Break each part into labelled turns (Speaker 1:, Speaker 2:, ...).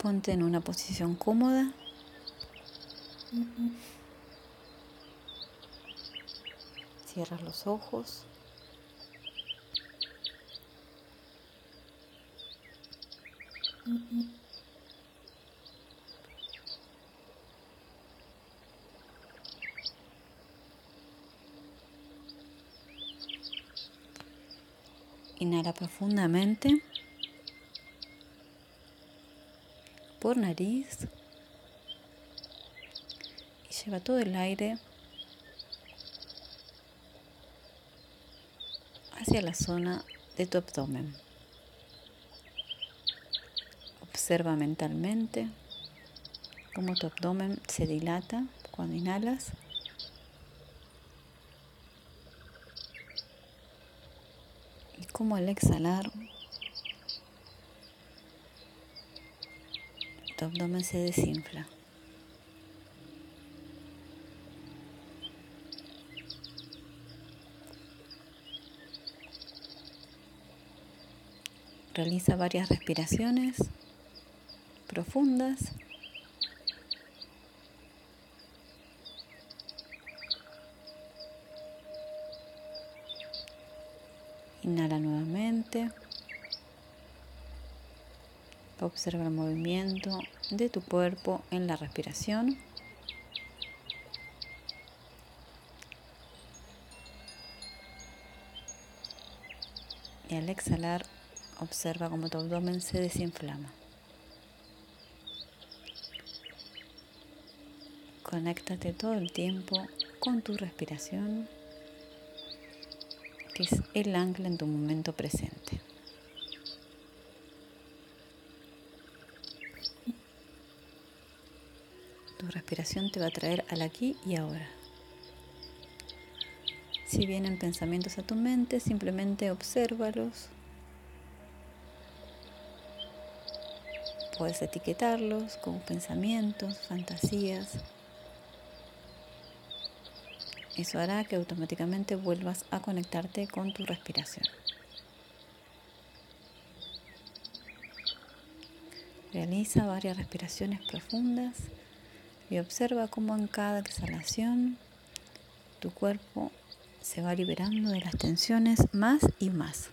Speaker 1: Ponte en una posición cómoda. Cierras los ojos. Inhala profundamente por nariz y lleva todo el aire hacia la zona de tu abdomen. Observa mentalmente cómo tu abdomen se dilata cuando inhalas y cómo al exhalar tu abdomen se desinfla. Realiza varias respiraciones profundas. Inhala nuevamente. Observa el movimiento de tu cuerpo en la respiración. Y al exhalar, observa cómo tu abdomen se desinflama. Conéctate todo el tiempo con tu respiración, que es el ancla en tu momento presente. Tu respiración te va a traer al aquí y ahora. Si vienen pensamientos a tu mente, simplemente obsérvalos. Puedes etiquetarlos como pensamientos, fantasías. Eso hará que automáticamente vuelvas a conectarte con tu respiración. Realiza varias respiraciones profundas y observa cómo en cada exhalación tu cuerpo se va liberando de las tensiones más y más.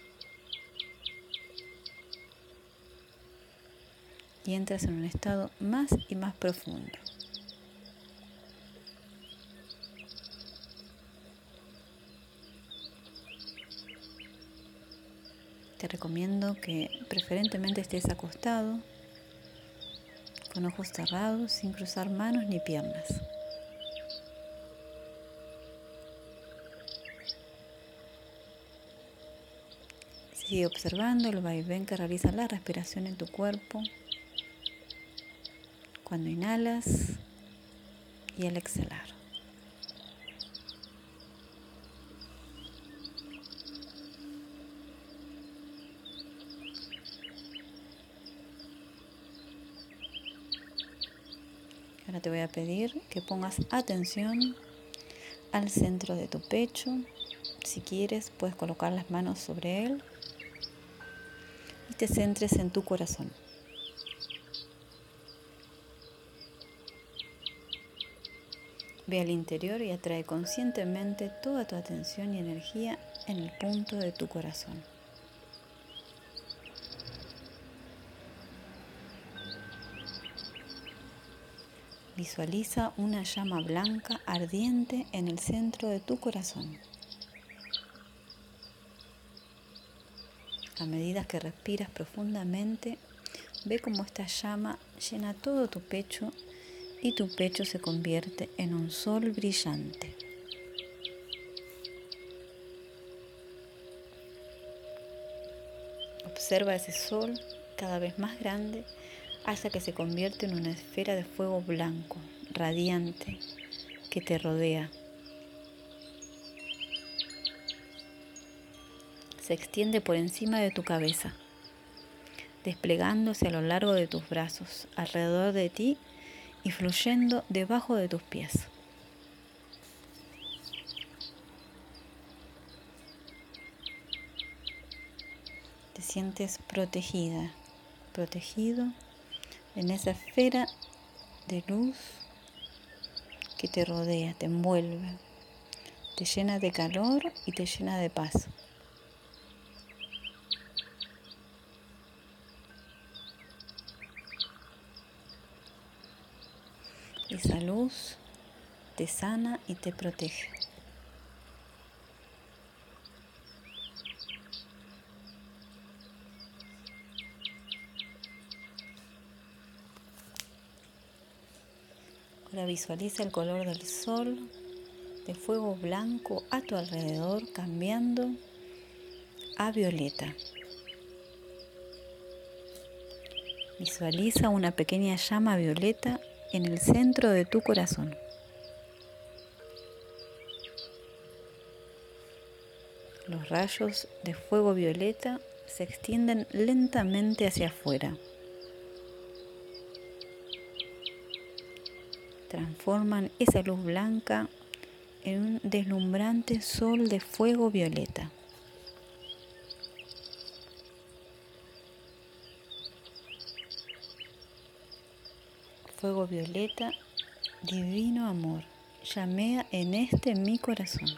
Speaker 1: Y entras en un estado más y más profundo. Te recomiendo que preferentemente estés acostado, con ojos cerrados, sin cruzar manos ni piernas. Sigue observando el vaivén que realiza la respiración en tu cuerpo cuando inhalas y al exhalar. Ahora te voy a pedir que pongas atención al centro de tu pecho. Si quieres, puedes colocar las manos sobre él y te centres en tu corazón. Ve al interior y atrae conscientemente toda tu atención y energía en el punto de tu corazón. Visualiza una llama blanca ardiente en el centro de tu corazón. A medida que respiras profundamente, ve cómo esta llama llena todo tu pecho y tu pecho se convierte en un sol brillante. Observa ese sol cada vez más grande hasta que se convierte en una esfera de fuego blanco, radiante, que te rodea. Se extiende por encima de tu cabeza, desplegándose a lo largo de tus brazos, alrededor de ti y fluyendo debajo de tus pies. Te sientes protegida, protegido en esa esfera de luz que te rodea, te envuelve, te llena de calor y te llena de paz. Esa luz te sana y te protege. Ahora visualiza el color del sol, de fuego blanco a tu alrededor, cambiando a violeta. Visualiza una pequeña llama violeta en el centro de tu corazón. Los rayos de fuego violeta se extienden lentamente hacia afuera. Transforman esa luz blanca en un deslumbrante sol de fuego violeta. Fuego violeta, divino amor, llamea en mi corazón.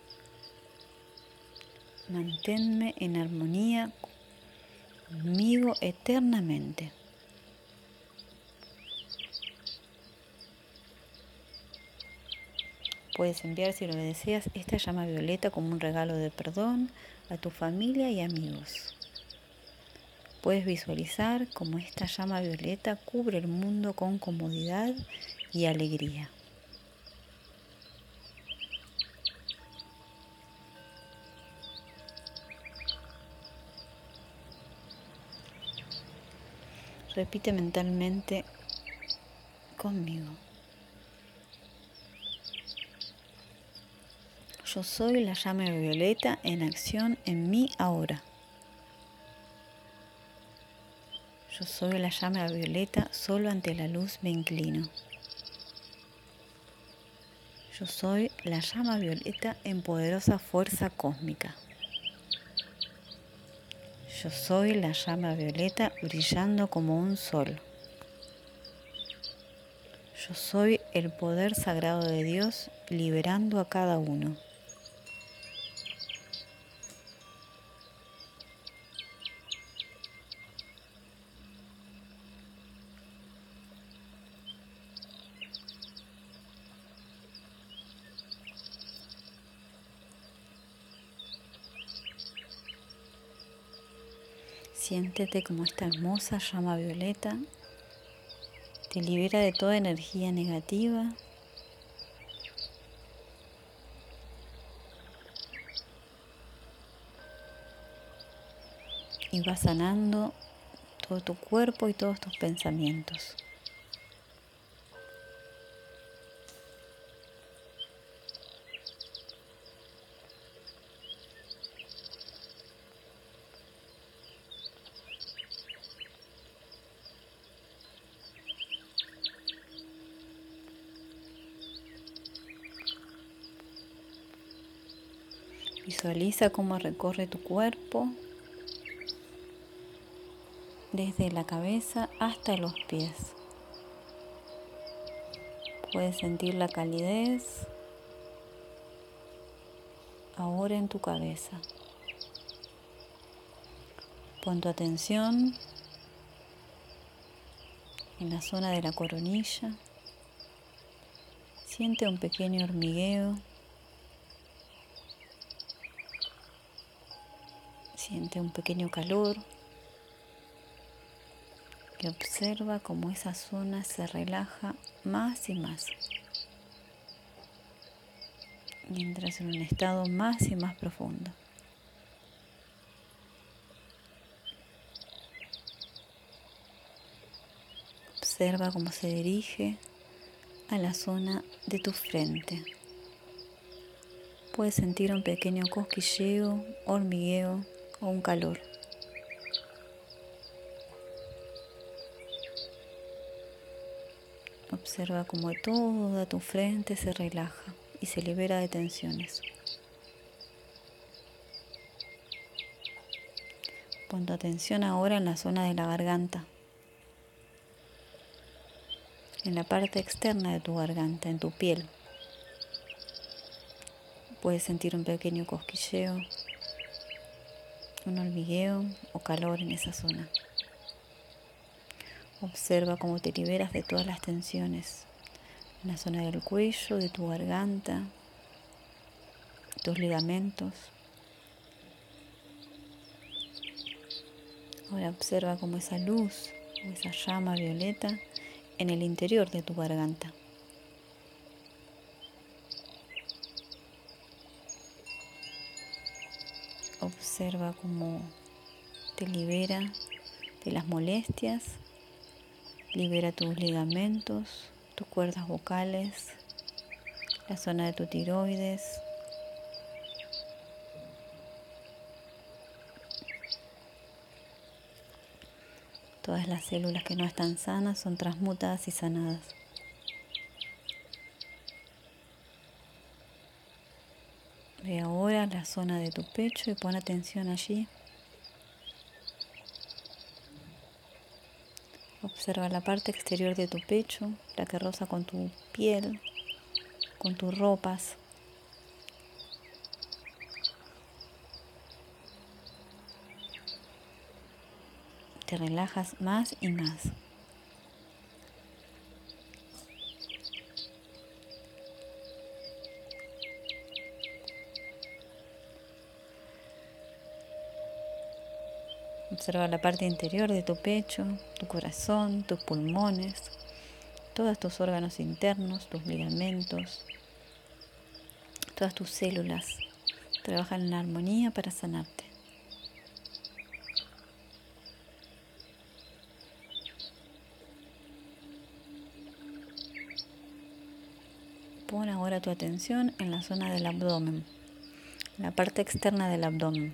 Speaker 1: Manténme en armonía conmigo eternamente. Puedes enviar, si lo deseas, esta llama violeta como un regalo de perdón a tu familia y amigos. Puedes visualizar cómo esta llama violeta cubre el mundo con comodidad y alegría. Repite mentalmente conmigo. Yo soy la llama violeta en acción en mí ahora. Yo soy la llama violeta, solo ante la luz me inclino. Yo soy la llama violeta en poderosa fuerza cósmica. Yo soy la llama violeta brillando como un sol. Yo soy el poder sagrado de Dios liberando a cada uno. Siéntete como esta hermosa llama violeta te libera de toda energía negativa y va sanando todo tu cuerpo y todos tus pensamientos. Visualiza cómo recorre tu cuerpo desde la cabeza hasta los pies. Puedes sentir la calidez ahora en tu cabeza. Pon tu atención en la zona de la coronilla. Siente un pequeño hormigueo. Siente un pequeño calor. Y observa cómo esa zona se relaja más y más. Y entras en un estado más y más profundo. Observa cómo se dirige a la zona de tu frente. Puedes sentir un pequeño cosquilleo, hormigueo o un calor. Observa cómo toda tu frente se relaja y se libera de tensiones. Pon tu atención ahora en la zona de la garganta. en la parte externa de tu garganta, en tu piel. Puedes sentir un pequeño cosquilleo, un hormigueo o calor en esa zona. Observa cómo te liberas de todas las tensiones en la zona del cuello, de tu garganta, tus ligamentos. Ahora observa cómo esa luz o esa llama violeta en el interior de tu garganta. Observa cómo te libera de las molestias, libera tus ligamentos, tus cuerdas vocales, la zona de tu tiroides. Todas las células que no están sanas son transmutadas y sanadas. Ve ahora la zona de tu pecho y pon atención allí. Observa la parte exterior de tu pecho, la que roza con tu piel, con tus ropas. Te relajas más y más. Observa la parte interior de tu pecho, tu corazón, tus pulmones, todos tus órganos internos, tus ligamentos, todas tus células. Trabajan en armonía para sanarte. Pon ahora tu atención en la zona del abdomen, la parte externa del abdomen.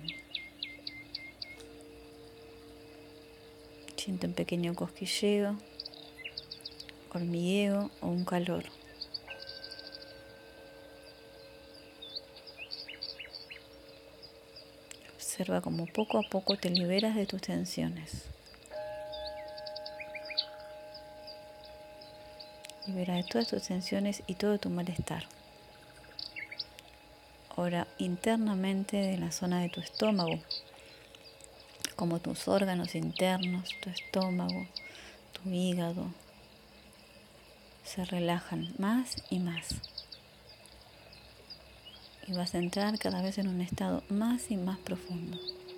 Speaker 1: Siente un pequeño cosquilleo, hormigueo o un calor. Observa cómo poco a poco te liberas de tus tensiones. Libera de todas tus tensiones y todo tu malestar. Ahora internamente de la zona de tu estómago, como tus órganos internos, tu estómago, tu hígado, se relajan más y más. Y vas a entrar cada vez en un estado más y más profundo.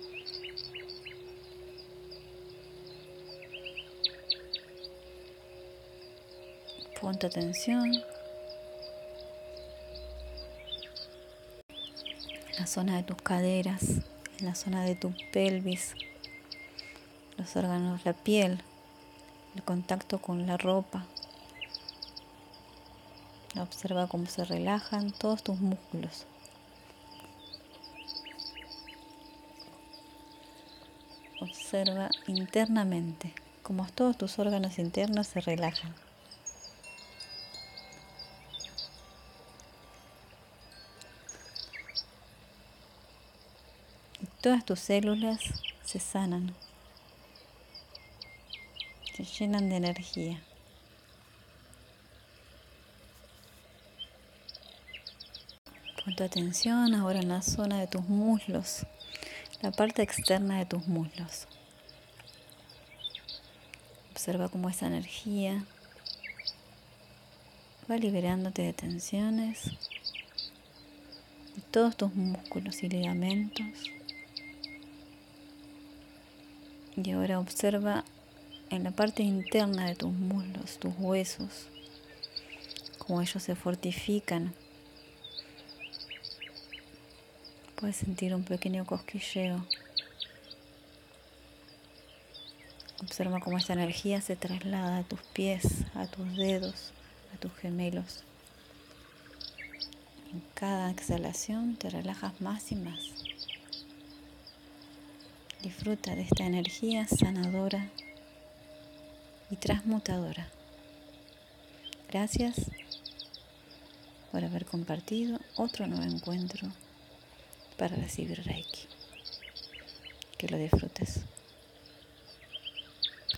Speaker 1: Pon tu atención en la zona de tus caderas, en la zona de tu pelvis, los órganos, la piel, el contacto con la ropa. Observa cómo se relajan todos tus músculos. Observa internamente cómo todos tus órganos internos se relajan. Y todas tus células se sanan, se llenan de energía. Pon tu atención ahora en la zona de tus muslos, la parte externa de tus muslos. Observa cómo esa energía va liberándote de tensiones de todos tus músculos y ligamentos. Y ahora observa en la parte interna de tus muslos, tus huesos, cómo ellos se fortifican. Puedes sentir un pequeño cosquilleo. Observa cómo esta energía se traslada a tus pies, a tus dedos, a tus gemelos. En cada exhalación te relajas más y más. Disfruta de esta energía sanadora y transmutadora. Gracias por haber compartido otro nuevo encuentro para recibir Reiki. Que lo disfrutes.